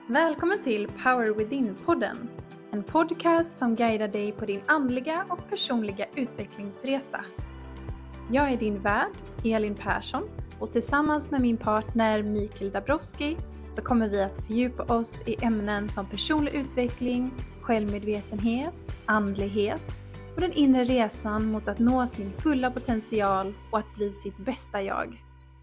Välkommen till Power Within-podden. En podcast som guidar dig på din andliga och personliga utvecklingsresa. Jag är din värd, Elin Persson, och tillsammans med min partner Mikael Dabrowski så kommer vi att fördjupa oss i ämnen som personlig utveckling, självmedvetenhet, andlighet och den inre resan mot att nå sin fulla potential och att bli sitt bästa jag.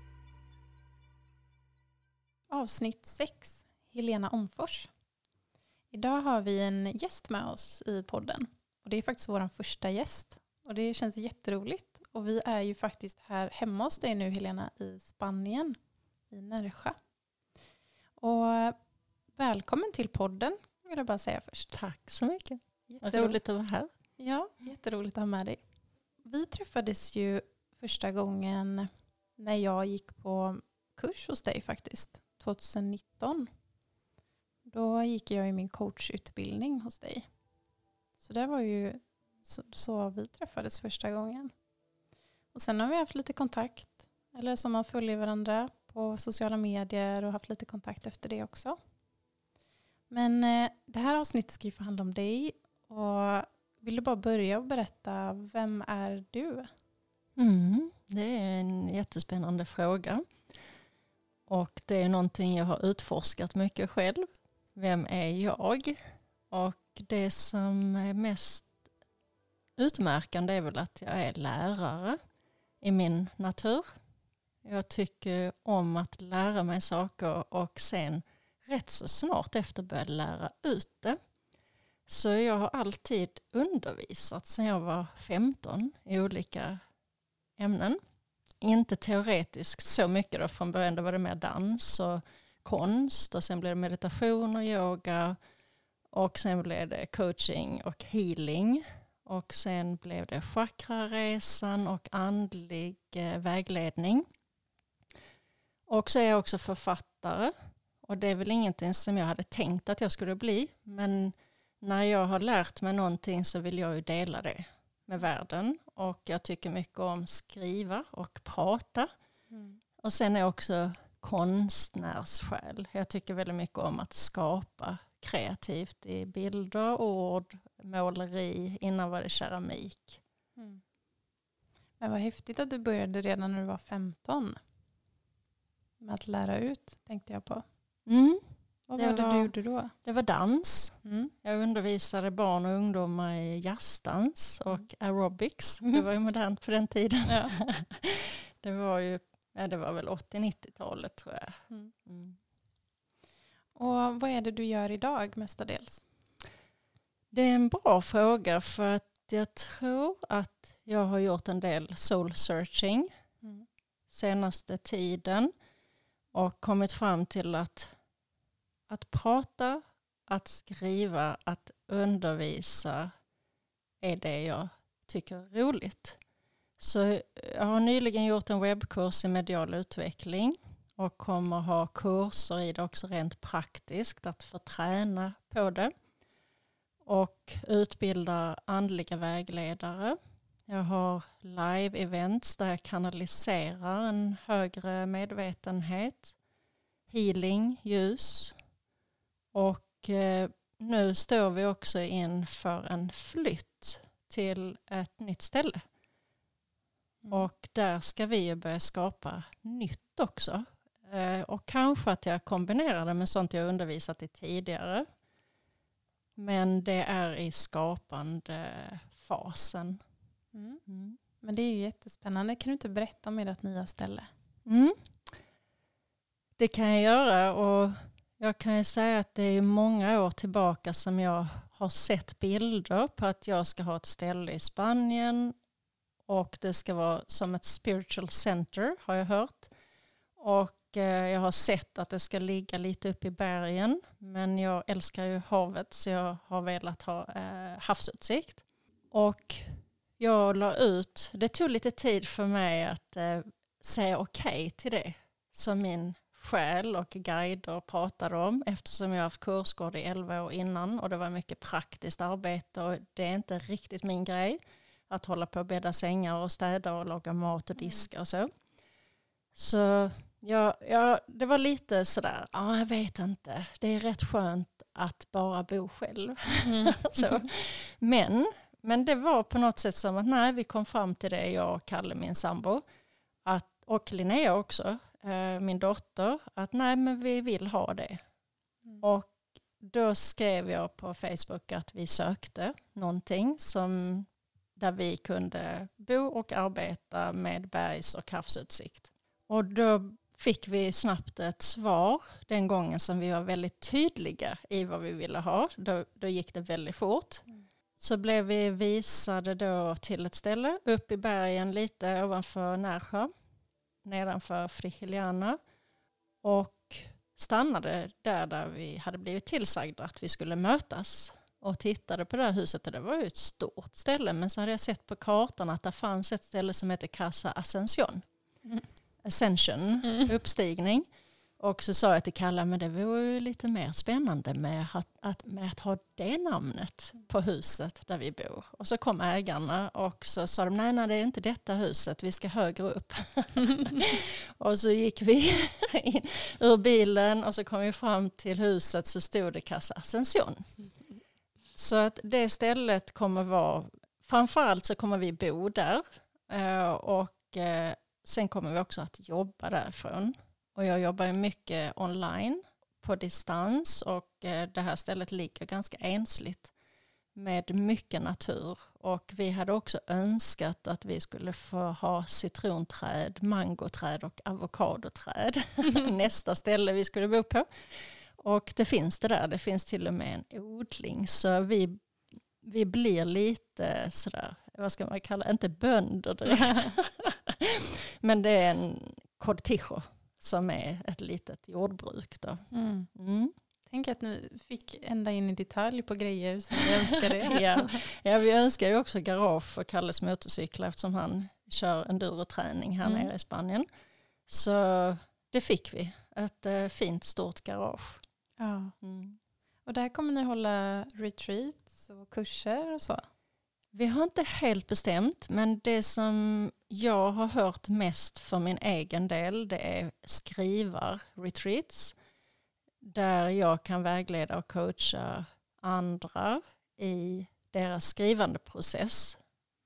Avsnitt 6. Helena Omfors. Idag har vi en gäst med oss i podden. Och det är faktiskt vår första gäst. Och det känns jätteroligt. Och vi är ju faktiskt här hemma hos dig nu, Helena, i Spanien. I Nerja. Och välkommen till podden, vill jag bara säga först. Tack så mycket. Roligt att vara här. Ja, jätteroligt att ha med dig. Vi träffades ju första gången när jag gick på kurs hos dig faktiskt. 2019. Då gick jag i min coachutbildning hos dig. Så det var ju så vi träffades första gången. Och sen har vi haft lite kontakt. Eller som man följer varandra på sociala medier och haft lite kontakt efter det också. Men det här avsnittet ska ju få handla om dig. Och vill du bara börja och berätta, vem är du? Det är en jättespännande fråga. Och det är någonting jag har utforskat mycket själv. Vem är jag? Och det som är mest utmärkande är väl att jag är lärare i min natur. Jag tycker om att lära mig saker och sen rätt så snart efter börja lära ut det. Så jag har alltid undervisat sedan jag var 15 i olika ämnen. Inte teoretiskt så mycket då, från början. Då var det mer dans och konst och sen blev det meditation och yoga och sen blev det coaching och healing och sen blev det chakraresan och andlig vägledning. Och så är jag också författare och det är väl ingenting som jag hade tänkt att jag skulle bli, men när jag har lärt mig någonting så vill jag ju dela det med världen, och jag tycker mycket om skriva och prata. Och sen är jag också konstnärssjäl. Jag tycker väldigt mycket om att skapa kreativt i bilder, ord, måleri. Innan var det keramik. Men vad häftigt att du började redan när du var 15. Med att lära ut, tänkte jag på. Vad var det du gjorde då? Det var dans. Jag undervisade barn och ungdomar i jazzdans och aerobics. Det var ju modernt på den tiden. Ja. Det var väl 80-90-talet tror jag. Och vad är det du gör idag mestadels? Det är en bra fråga, för att jag tror att jag har gjort en del soul searching senaste tiden och kommit fram till att prata, att skriva, att undervisa är det jag tycker är roligt. Så jag har nyligen gjort en webbkurs i medial utveckling och kommer ha kurser i det också rent praktiskt, att få träna på det. Och utbildar andliga vägledare. Jag har live-events där jag kanaliserar en högre medvetenhet, healing, ljus. Och nu står vi också inför en flytt till ett nytt ställe. Och där ska vi börja skapa nytt också. Och kanske att jag kombinerar det med sånt jag undervisat i tidigare. Men det är i skapande fasen. Men det är ju jättespännande. Kan du inte berätta om ert nya ställe? Det kan jag göra, och jag kan ju säga att det är många år tillbaka som jag har sett bilder på att jag ska ha ett ställe i Spanien och det ska vara som ett spiritual center, har jag hört. Och jag har sett att det ska ligga lite upp i bergen, men jag älskar ju havet så jag har velat ha havsutsikt. Och jag la ut, det tog lite tid för mig att säga okej till det som min själ och guider pratade om, eftersom jag har haft kursgård i 11 år innan och det var mycket praktiskt arbete och det är inte riktigt min grej att hålla på och bädda sängar och städa och laga mat och diska och så. Så Ja, det var lite sådär, jag vet inte, det är rätt skönt att bara bo själv. Så. Men det var på något sätt som att nej, vi kom fram till det, jag och Kalle, min sambo, och Linnea också, min dotter, att nej, men vi vill ha det. Och då skrev jag på Facebook att vi sökte någonting där vi kunde bo och arbeta med bergs- och havsutsikt. Och då fick vi snabbt ett svar den gången som vi var väldigt tydliga i vad vi ville ha. Då gick det väldigt fort. Så blev vi visade då till ett ställe upp i bergen lite ovanför Närsjö, nedanför Frihiliana, och stannade där vi hade blivit tillsagda att vi skulle mötas, och tittade på det här huset, och det var ju ett stort ställe, men så hade jag sett på kartan att det fanns ett ställe som heter Casa Ascension. Ascension, uppstigning. Och så sa jag till Kalle, men det vore ju lite mer spännande med att ha det namnet på huset där vi bor. Och så kom ägarna och så sa de, nej det är inte detta huset, vi ska högre upp. Och så gick vi in ur bilen och så kom vi fram till huset, så stod det Casa Ascension. Så att det stället kommer vara, framförallt så kommer vi bo där, och sen kommer vi också att jobba därifrån. Och jag jobbar mycket online på distans, och det här stället ligger ganska ensligt med mycket natur. Och vi hade också önskat att vi skulle få ha citronträd, mangoträd och avokadoträd. Nästa ställe vi skulle bo på. Och det finns det där, det finns till och med en odling. Så vi blir lite sådär, vad ska man kalla det, inte bönder direkt. Men det är en cortijo som är ett litet jordbruk då. Tänk att nu fick ända in i detalj på grejer som vi önskade. Ja, vi önskar ju också garage för Kalles motorcyklar eftersom han kör enduroträning här nere i Spanien. Så det fick vi, ett fint stort garage. Ja. Och där kommer ni hålla retreats och kurser och så? Vi har inte helt bestämt, men det som jag har hört mest för min egen del, det är skrivar-retreats. Där jag kan vägleda och coacha andra i deras skrivande process.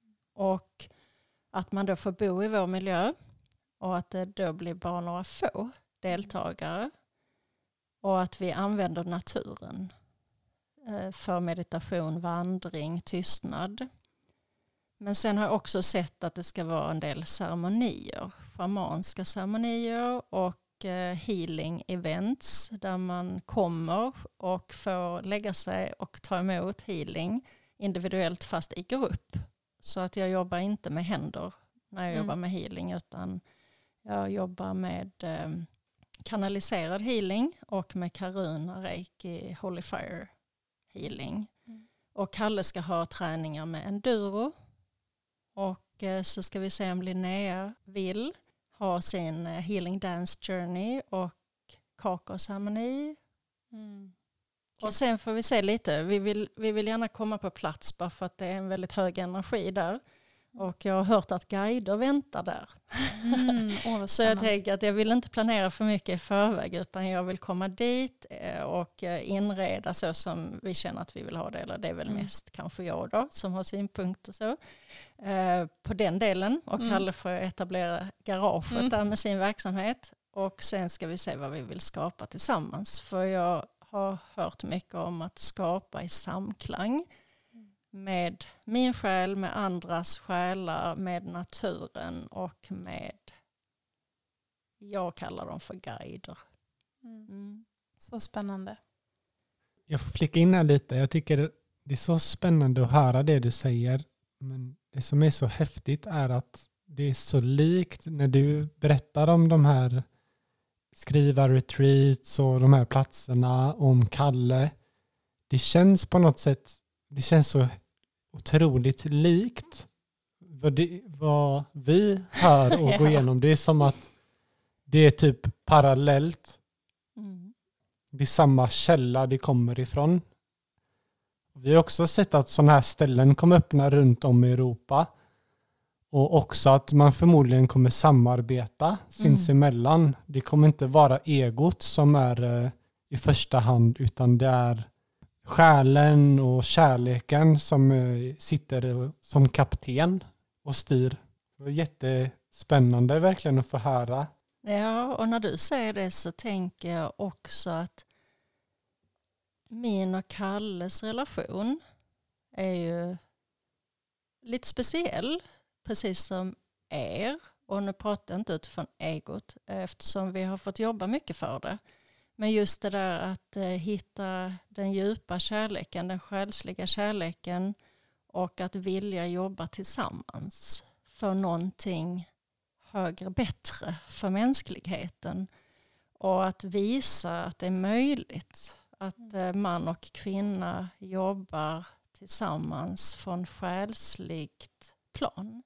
Och att man då får bo i vår miljö, och att det då blir bara några få deltagare. Och att vi använder naturen för meditation, vandring, tystnad. Men sen har jag också sett att det ska vara en del ceremonier, schamanska ceremonier och healing events där man kommer och får lägga sig och ta emot healing individuellt fast i grupp. Så att jag jobbar inte med händer när jag jobbar med healing, utan jag jobbar med kanaliserad healing och med karuna, reiki, holy fire healing. Och Kalle ska ha träningar med enduro. Och så ska vi se om Linnea vill ha sin healing dance journey och kakoceremoni. Och sen får vi se lite. Vi vill gärna komma på plats bara för att det är en väldigt hög energi där. Och jag har hört att guider väntar där. Så jag tänker att jag vill inte planera för mycket i förväg, utan jag vill komma dit och inreda så som vi känner att vi vill ha det. Eller det är väl mest kanske jag då som har synpunkter så. På den delen. Och Kalle får etablera garaget där med sin verksamhet. Och sen ska vi se vad vi vill skapa tillsammans. För jag har hört mycket om att skapa i samklang med min själ, med andras själar, med naturen och med, jag kallar dem för guider. Så spännande. Jag får flicka in här lite. Jag tycker det är så spännande att höra det du säger. Men det som är så häftigt är att det är så likt när du berättar om de här skriva-retreats och de här platserna, om Kalle. Det känns på något sätt, det känns så otroligt likt vad vi hör och går igenom. Det är som att det är typ parallellt. Det är samma källa det kommer ifrån. Vi har också sett att sådana här ställen kommer öppna runt om i Europa. Och också att man förmodligen kommer samarbeta sinsemellan. Det kommer inte vara egot som är i första hand, utan det är själen och kärleken som sitter som kapten och styr. Det var jättespännande verkligen att få höra. Ja, och när du säger det så tänker jag också att min och Kalles relation är ju lite speciell, precis som er. Och nu pratar jag inte utifrån egot eftersom vi har fått jobba mycket för det. Men just det där att hitta den djupa kärleken, den själsliga kärleken och att vilja jobba tillsammans för någonting högre, bättre för mänskligheten. Och att visa att det är möjligt att man och kvinna jobbar tillsammans från själsligt plan.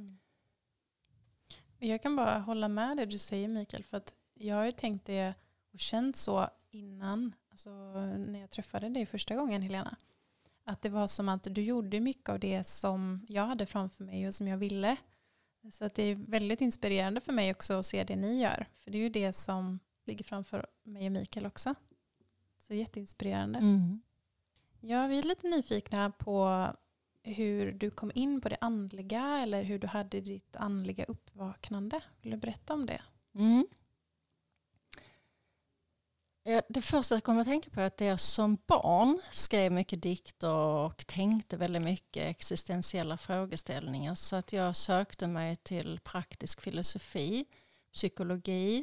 Jag kan bara hålla med det du säger, Mikael, för att jag har ju tänkt det och känt så innan, alltså när jag träffade dig första gången, Helena, att det var som att du gjorde mycket av det som jag hade framför mig och som jag ville. Så att det är väldigt inspirerande för mig också att se det ni gör, för det är ju det som ligger framför mig och Mikael också. Så jätteinspirerande. Ja, vi är lite nyfikna på hur du kom in på det andliga eller hur du hade ditt andliga uppvaknande. Vill du berätta om det? Ja, det första jag kommer att tänka på är att jag som barn skrev mycket dikter och tänkte väldigt mycket existentiella frågeställningar. Så att jag sökte mig till praktisk filosofi, psykologi,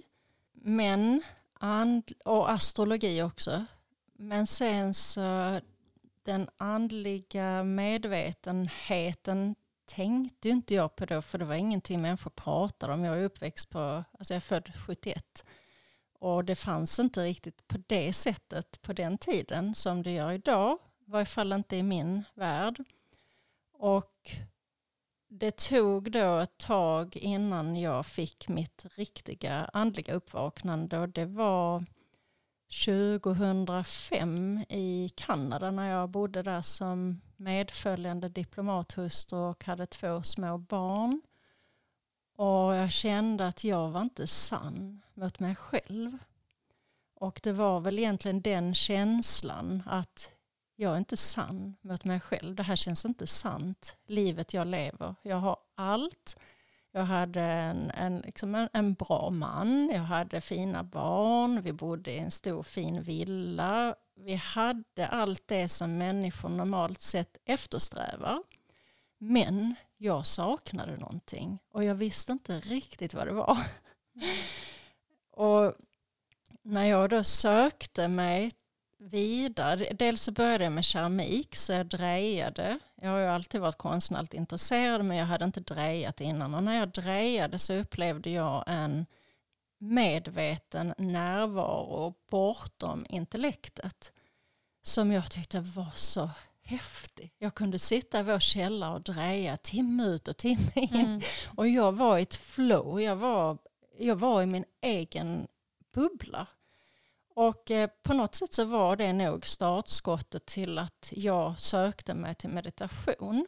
och astrologi också. Men sen så den andliga medvetenheten tänkte ju inte jag på då, för det var ingenting människor pratade om. Jag är uppväxt jag är född 71. Och det fanns inte riktigt på det sättet på den tiden som det gör idag. I varje fall inte i min värld. Och det tog då ett tag innan jag fick mitt riktiga andliga uppvaknande. Och det var 2005 i Kanada när jag bodde där som medföljande diplomathustru och hade 2 små barn. Och jag kände att jag var inte sann mot mig själv. Och det var väl egentligen den känslan att jag är inte sann mot mig själv. Det här känns inte sant. Livet jag lever. Jag har allt. Jag hade en bra man. Jag hade fina barn. Vi bodde i en stor fin villa. Vi hade allt det som människor normalt sett eftersträvar. Men jag saknade någonting och jag visste inte riktigt vad det var. Och när jag då sökte mig vidare, dels så började jag med keramik så jag drejade. Jag har ju alltid varit konstnärligt intresserad men jag hade inte drejat innan. Och när jag drejade så upplevde jag en medveten närvaro bortom intellektet som jag tyckte var så häftig. Jag kunde sitta i vår källare och dreja timme ut och timme in. Och jag var i ett flow. Jag var i min egen bubbla. Och på något sätt så var det nog startskottet till att jag sökte mig till meditation.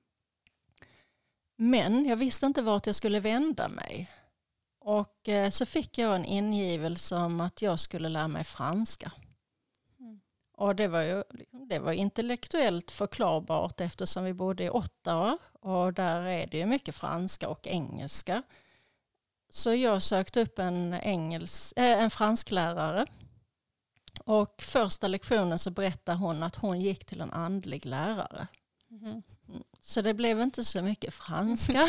Men jag visste inte vart jag skulle vända mig. Och så fick jag en ingivelse om att jag skulle lära mig franska. Och det var intellektuellt förklarbart eftersom vi bodde i Ottawa och där är det ju mycket franska och engelska. Så jag sökte upp en fransklärare och första lektionen så berättade hon att hon gick till en andlig lärare. Så det blev inte så mycket franska.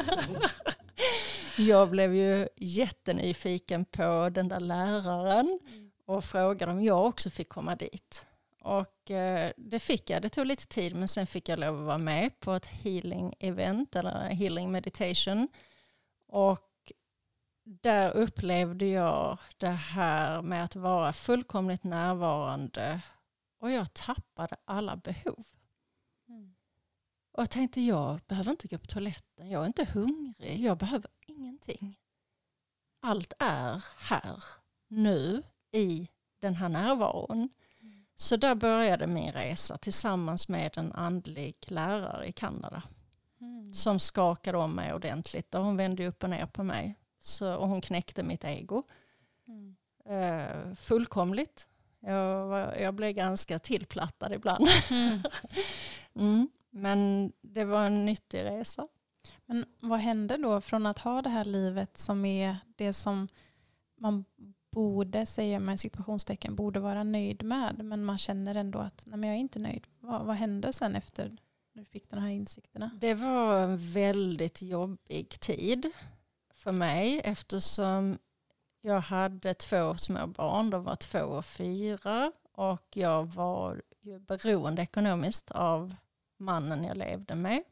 Jag blev ju jättenyfiken på den där läraren. Och frågade om jag också fick komma dit. Och det fick jag. Det tog lite tid men sen fick jag lov att vara med på ett healing event eller healing meditation. Och där upplevde jag det här med att vara fullkomligt närvarande. Och jag tappade alla behov. Och jag tänkte jag behöver inte gå på toaletten. Jag är inte hungrig. Jag behöver ingenting. Allt är här nu. I den här närvaron. Så där började min resa tillsammans med en andlig lärare i Kanada. som skakade om mig ordentligt. Och hon vände upp och ner på mig. Och hon knäckte mitt ego. Fullkomligt. Jag blev ganska tillplattad ibland. Men det var en nyttig resa. Men vad hände då från att ha det här livet som är det som man borde, säga med situationstecken, borde vara nöjd med, men man känner ändå att nej, men jag är inte nöjd. Vad hände sen efter när du fick de här insikterna? Det var en väldigt jobbig tid för mig eftersom jag hade 2 små barn. De var 2 och 4 och jag var ju beroende ekonomiskt av mannen jag levde med.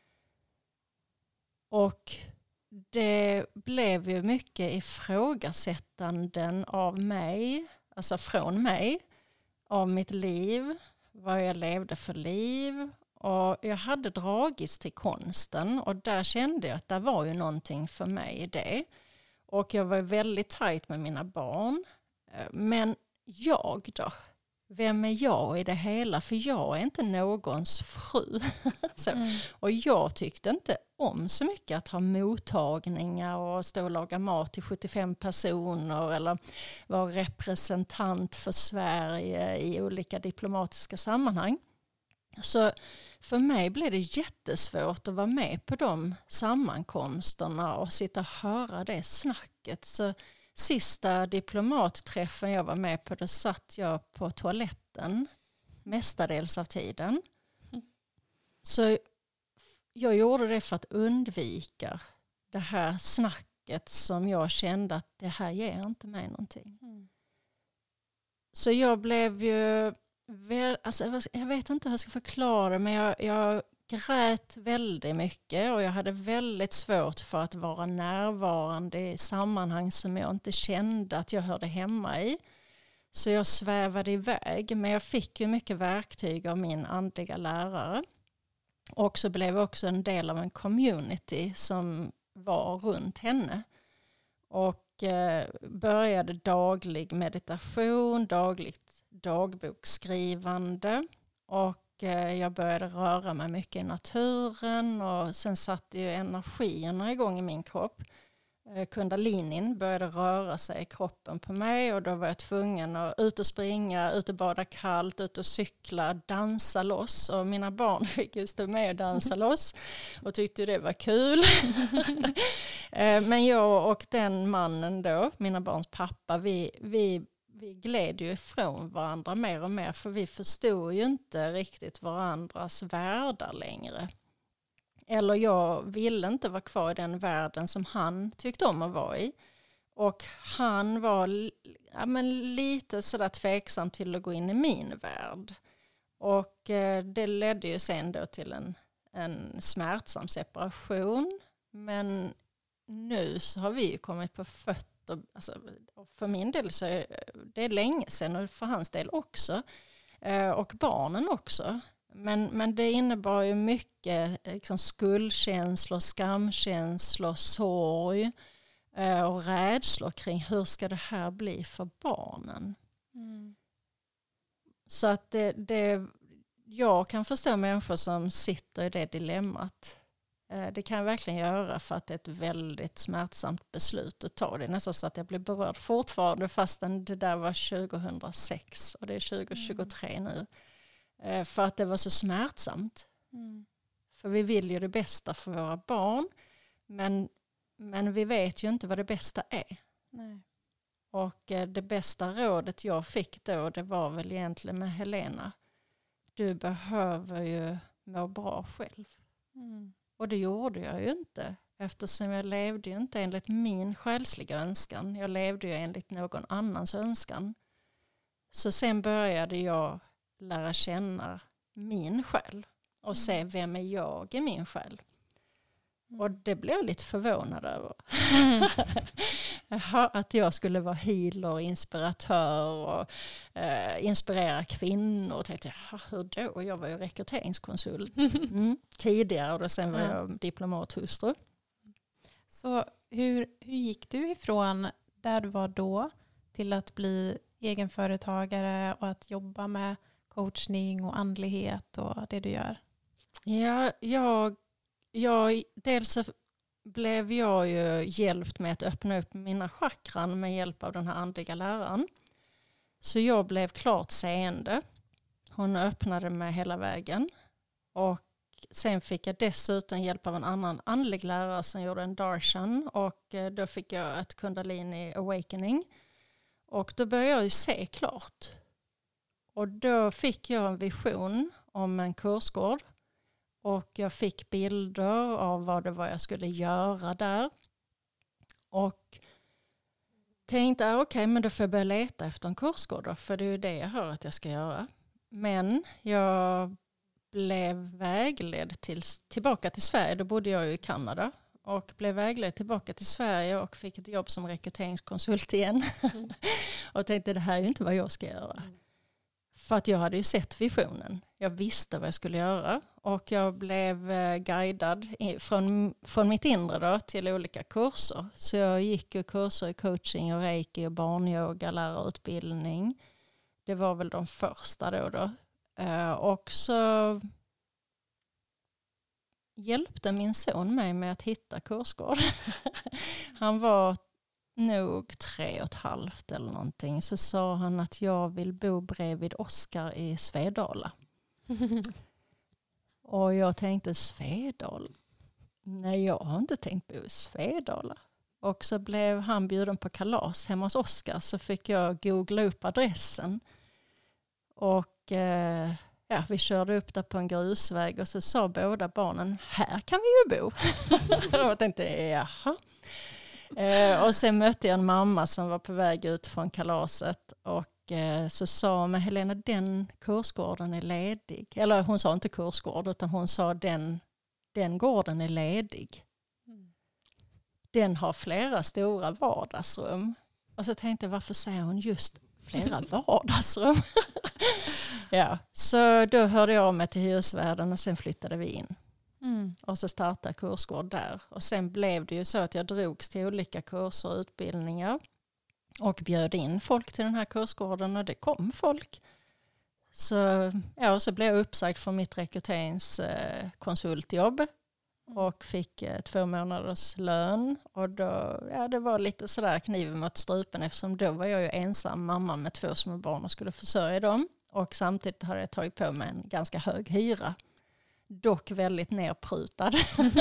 Och det blev ju mycket ifrågasättanden av mig, alltså från mig, av mitt liv, vad jag levde för liv. Och jag hade dragits till konsten och där kände jag att det var ju någonting för mig i det. Och jag var väldigt tajt med mina barn. Men jag då? Vem är jag i det hela? För jag är inte någons fru. Och jag tyckte inte om så mycket att ha mottagningar och stå och laga mat till 75 personer eller vara representant för Sverige i olika diplomatiska sammanhang. Så för mig blev det jättesvårt att vara med på de sammankomsterna och sitta och höra det snacket. Så sista diplomatträffen jag var med på, då satt jag på toaletten mestadels av tiden. Så jag gjorde det för att undvika det här snacket som jag kände att det här ger inte mig någonting. Så jag blev ju, jag vet inte hur jag ska förklara det, men jag grät väldigt mycket och jag hade väldigt svårt för att vara närvarande i sammanhang som jag inte kände att jag hörde hemma i. Så jag svävade iväg, men jag fick ju mycket verktyg av min andliga lärare. Och så blev jag också en del av en community som var runt henne. Och började daglig meditation, dagligt dagboksskrivande. Och jag började röra mig mycket i naturen och sen satte ju energierna igång i min kropp. Kundalinin började röra sig i kroppen på mig och då var jag tvungen att ut och springa, ut och bada kallt, ut och cykla, dansa loss. Och mina barn fick ju stå med och dansa loss och tyckte det var kul. Men jag och den mannen då, mina barns pappa, vi gled ju ifrån varandra mer och mer för vi förstod ju inte riktigt varandras världar längre. Eller jag ville inte vara kvar i den världen som han tyckte om att vara i. Och han var lite sådär tveksam till att gå in i min värld. Och det ledde ju sen då till en smärtsam separation. Men nu så har vi ju kommit på fötter. Alltså, för min del så är det länge sedan och för hans del också. Och barnen också. Men det innebar ju mycket liksom, skuldkänslor, skamkänslor, sorg och rädslor kring hur ska det här bli för barnen. Så att jag kan förstå människor som sitter i det dilemmat. Det kan jag verkligen göra för att det är ett väldigt smärtsamt beslut att ta. Det är nästan så att jag blir berörd fortfarande fastän det där var 2006 och det är 2023 nu. För att det var så smärtsamt. För vi vill ju det bästa för våra barn. Men vi vet ju inte vad det bästa är. Nej. Och det bästa rådet jag fick då, det var väl egentligen med Helena. Du behöver ju må bra själv. Och det gjorde jag ju inte. Eftersom jag levde ju inte enligt min själsliga önskan. Jag levde ju enligt någon annans önskan. Så sen började jag lära känna min själ. Och se vem är jag i min själ. Och det blev jag lite förvånad över. Att jag skulle vara healer, inspiratör och inspirera kvinnor. Och tänkte, hur då? Jag var ju rekryteringskonsult tidigare och sen var jag diplomathustru. Så hur gick du ifrån där du var då till att bli egenföretagare och att jobba med coachning och andlighet och det du gör? Ja, jag dels så blev jag ju hjälpt med att öppna upp mina chakran med hjälp av den här andliga läraren. Så jag blev klart seende. Hon öppnade mig hela vägen. Och sen fick jag dessutom hjälp av en annan andlig lärare som gjorde en darshan. Och då fick jag ett kundalini awakening. Och då började jag ju se klart. Och då fick jag en vision om en kursgård. Och jag fick bilder av vad det var jag skulle göra där. Och tänkte, okej, men då får jag börja leta efter en kursgård då, för det är ju det jag hör att jag ska göra. Men jag blev vägledd tillbaka till Sverige. Då bodde jag ju i Kanada. Och blev vägledd tillbaka till Sverige och fick ett jobb som rekryteringskonsult igen. Och tänkte, det här är ju inte vad jag ska göra. För att jag hade ju sett visionen. Jag visste vad jag skulle göra. Och jag blev guidad från mitt inre då, till olika kurser. Så jag gick ju kurser i coaching och reiki och barnyoga, lärarutbildning. Det var väl de första då. Och så hjälpte min son mig med att hitta kursgård. Han var nog 3,5 eller någonting. Så sa han att jag vill bo bredvid Oskar i Svedala. Och jag tänkte, Svedala? Nej, jag har inte tänkt bo i Svedala. Och så blev han bjuden på kalas hemma hos Oskar, så fick jag googla upp adressen. Och vi körde upp där på en grusväg och så sa båda barnen, här kan vi ju bo. Och jag tänkte, jaha. Och sen mötte jag en mamma som var på väg ut från kalaset och så sa hon, Helena, den kursgården är ledig. Eller hon sa inte kursgård, utan hon sa den gården är ledig. Den har flera stora vardagsrum. Och så tänkte jag, varför säger hon just flera vardagsrum? Ja, så då hörde jag mig till hyresvärden och sen flyttade vi in. Och så startade kursgård där. Och sen blev det ju så att jag drogs till olika kurser och utbildningar. Och bjöd in folk till den här kursgården och det kom folk. Så blev jag uppsagd från mitt rekryteringskonsultjobb. Och fick 2 månaders lön. Och då, det var lite sådär kniven mot strupen, eftersom då var jag ju ensam mamma med 2 små barn och skulle försörja dem. Och samtidigt hade jag tagit på mig en ganska hög hyra. Dock väldigt nerprutad.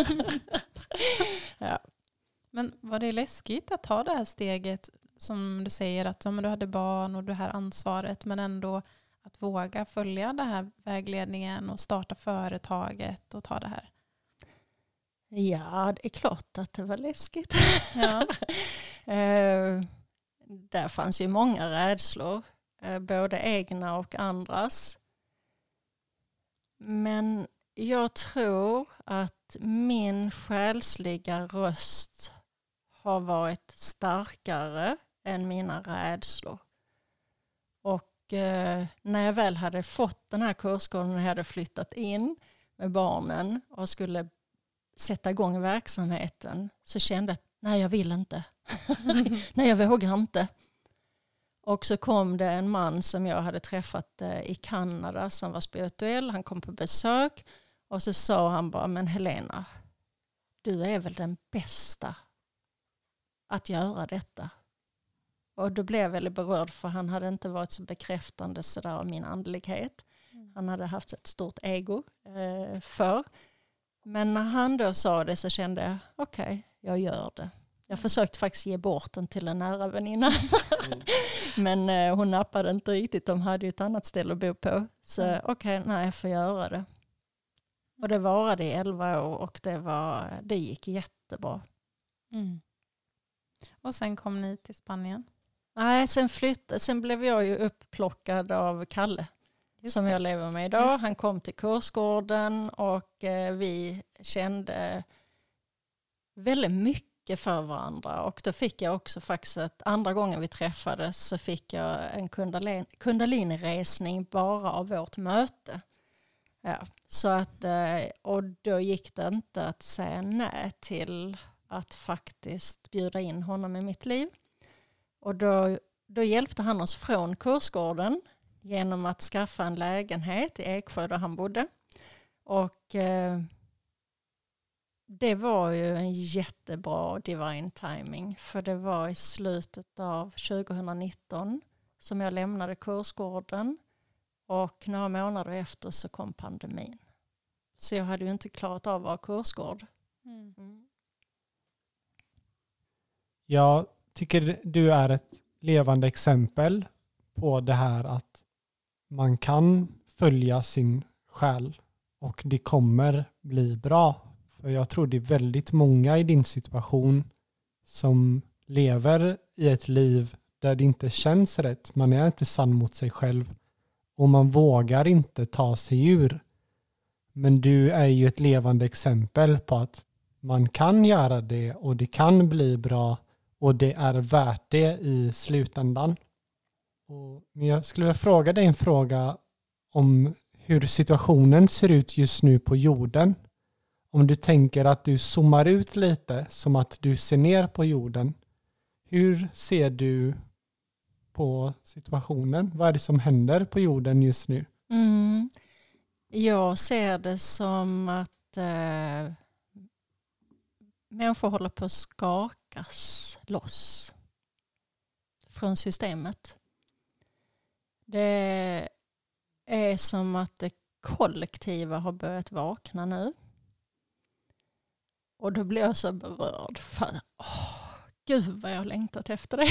Ja. Men var det läskigt att ta det här steget, som du säger, att du hade barn och det här ansvaret, men ändå att våga följa den här vägledningen och starta företaget och ta det här? Ja, det är klart att det var läskigt. Ja. Där fanns ju många rädslor, både egna och andras. Men jag tror att min själsliga röst har varit starkare än mina rädslor. Och när jag väl hade fått den här kursgården och jag hade flyttat in med barnen och skulle sätta igång verksamheten, så kände jag att nej, jag vill inte. Nej, jag vågar inte. Och så kom det en man som jag hade träffat i Kanada som var spirituell. Han kom på besök och så sa han bara, men Helena, du är väl den bästa att göra detta. Och då blev jag väldigt berörd, för han hade inte varit så bekräftande sådär av min andlighet. Han hade haft ett stort ego för. Men när han då sa det så kände jag, okej, jag gör det. Jag försökte faktiskt ge bort den till en nära väninna. Men hon nappade inte riktigt. De hade ju ett annat ställe att bo på. Så jag får göra det. Och det varade i 11 år och det gick jättebra. Och sen kom ni till Spanien? Nej, sen blev jag ju upplockad av Kalle. Som jag lever med idag. Han kom till kursgården och vi kände väldigt mycket för varandra. Och då fick jag också faktiskt andra gången vi träffades så fick jag en kundalini-resning bara av vårt möte. Ja, så att, och då gick det inte att säga nej till att faktiskt bjuda in honom i mitt liv. Och då hjälpte han oss från kursgården genom att skaffa en lägenhet i Eksjö där han bodde. Och det var ju en jättebra divine timing. För det var i slutet av 2019 som jag lämnade kursgården. Och några månader efter så kom pandemin. Så jag hade ju inte klarat av att vara kursgård. Jag tycker du är ett levande exempel på det här att man kan följa sin själ och det kommer bli bra. För jag tror det är väldigt många i din situation som lever i ett liv där det inte känns rätt. Man är inte sann mot sig själv och man vågar inte ta sig ur. Men du är ju ett levande exempel på att man kan göra det och det kan bli bra och det är värt det i slutändan. Men jag skulle vilja fråga dig en fråga om hur situationen ser ut just nu på jorden. Om du tänker att du zoomar ut lite som att du ser ner på jorden. Hur ser du på situationen? Vad är det som händer på jorden just nu? Jag ser det som att människor håller på att skakas loss från systemet. Det är som att det kollektiva har börjat vakna nu. Och då blir jag så berörd. Gud vad jag har längtat efter det.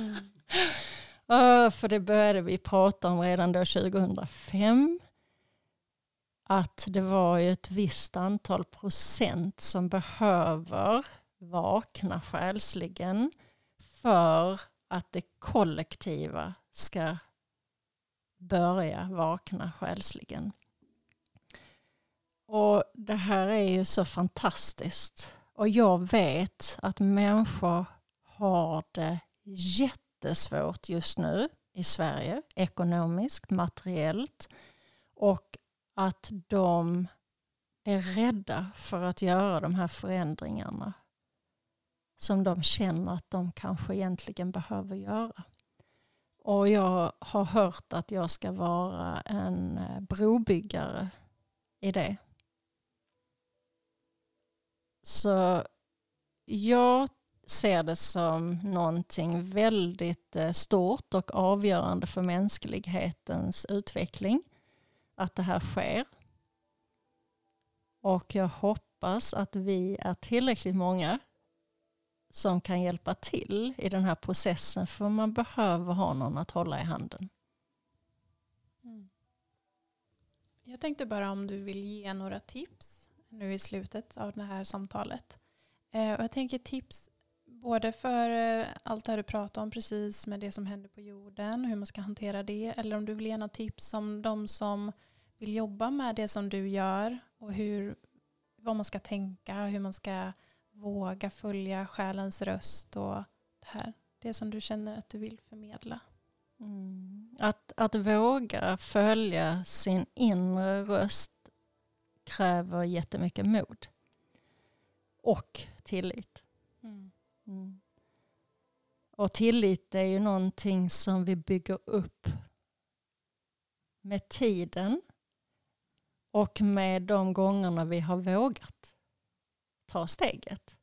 För det började vi prata om redan då 2005. Att det var ju ett visst antal procent som behöver vakna själsligen för att det kollektiva ska börja vakna själsligen. Och det här är ju så fantastiskt. Och jag vet att människor har det jättesvårt just nu i Sverige, ekonomiskt, materiellt. Och att de är rädda för att göra de här förändringarna som de känner att de kanske egentligen behöver göra. Och jag har hört att jag ska vara en brobyggare i det. Så jag ser det som någonting väldigt stort och avgörande för mänsklighetens utveckling. Att det här sker. Och jag hoppas att vi är tillräckligt många som kan hjälpa till i den här processen. För man behöver ha någon att hålla i handen. Jag tänkte bara om du vill ge några tips nu i slutet av det här samtalet. Och jag tänker tips både för allt det här du pratar om precis med det som händer på jorden, hur man ska hantera det. Eller om du vill ge några tips om de som vill jobba med det som du gör och vad man ska tänka, hur man ska våga följa själens röst och det här. Det som du känner att du vill förmedla. Att våga följa sin inre röst kräver jättemycket mod. Och tillit. Och tillit är ju någonting som vi bygger upp med tiden. Och med de gångerna vi har vågat ta steget.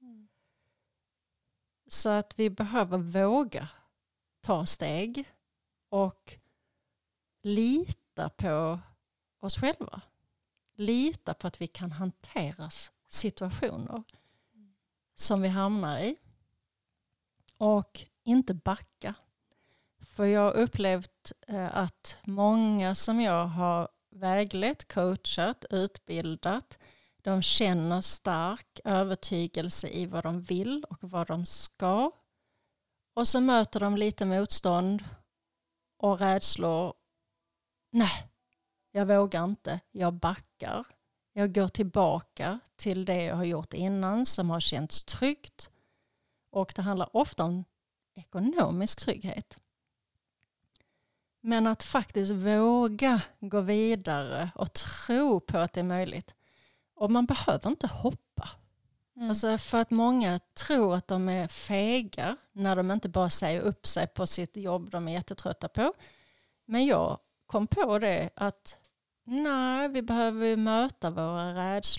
Så att vi behöver våga ta steg. Och lita på oss själva. Lita på att vi kan hantera situationer som vi hamnar i. Och inte backa. För jag har upplevt att många som jag har väglett, coachat, utbildat, de känner stark övertygelse i vad de vill och vad de ska. Och så möter de lite motstånd och rädslor. Nej, jag vågar inte. Jag backar. Jag går tillbaka till det jag har gjort innan som har känts tryggt. Och det handlar ofta om ekonomisk trygghet. Men att faktiskt våga gå vidare och tro på att det är möjligt. Och man behöver inte hoppa. Alltså för att många tror att de är fega när de inte bara säger upp sig på sitt jobb de är jättetrötta på. Men jag kom på det att nej, vi behöver möta våra rädslor.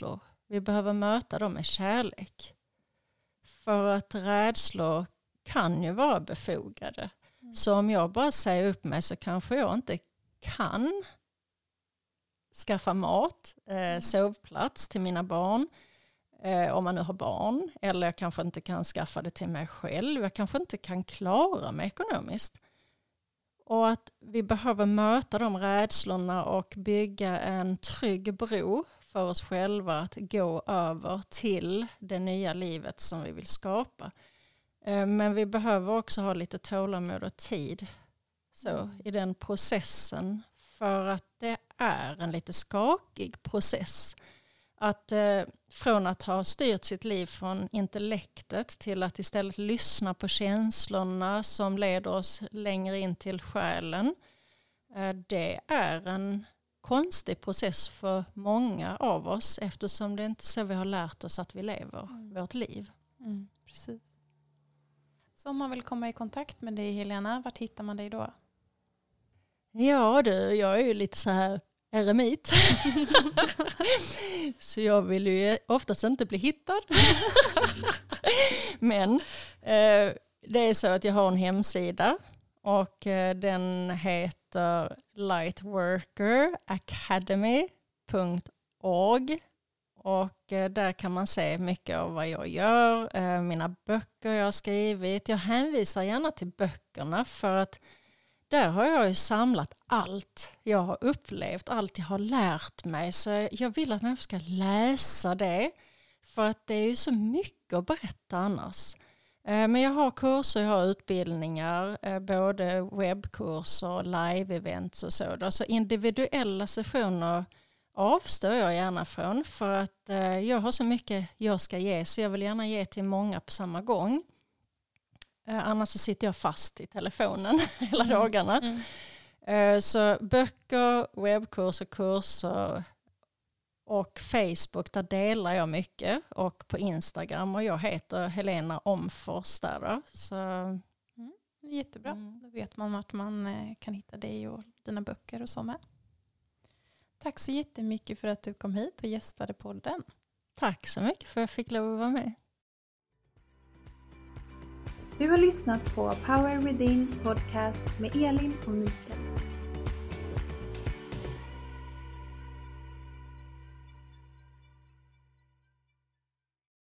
Vi behöver möta dem med kärlek. För att rädslor kan ju vara befogade. Så om jag bara säger upp mig så kanske jag inte kan skaffa mat, sovplats till mina barn. Om man nu har barn. Eller jag kanske inte kan skaffa det till mig själv. Jag kanske inte kan klara mig ekonomiskt. Och att vi behöver möta de rädslorna och bygga en trygg bro för oss själva att gå över till det nya livet som vi vill skapa. Men vi behöver också ha lite tålamod och tid i den processen. För att det är en lite skakig process. Att från att ha styrt sitt liv från intellektet till att istället lyssna på känslorna som leder oss längre in till själen. Det är en konstig process för många av oss eftersom det inte är så vi har lärt oss att vi lever vårt liv. Precis. Så om man vill komma i kontakt med dig, Helena, vart hittar man dig då? Ja du, jag är ju lite så här eremit. Så jag vill ju oftast inte bli hittad. Men det är så att jag har en hemsida och den heter lightworkeracademy.org och där kan man se mycket av vad jag gör, mina böcker jag har skrivit. Jag hänvisar gärna till böckerna för att där har jag ju samlat allt jag har upplevt, allt jag har lärt mig. Så jag vill att människor ska läsa det. För att det är ju så mycket att berätta annars. Men jag har kurser, jag har utbildningar, både webbkurser, live-events och så. Så individuella sessioner avstår jag gärna från. För att jag har så mycket jag ska ge, så jag vill gärna ge till många på samma gång. Annars så sitter jag fast i telefonen hela dagarna. Så böcker, webbkurser, kurser och Facebook, där delar jag mycket. Och på Instagram, och jag heter Helena Omfors där då. Så. Jättebra, då vet man vart man kan hitta dig och dina böcker och så med. Tack så jättemycket för att du kom hit och gästade podden. Tack så mycket för att jag fick lov att vara med. Du har lyssnat på Power Within podcast med Elin och Mikael.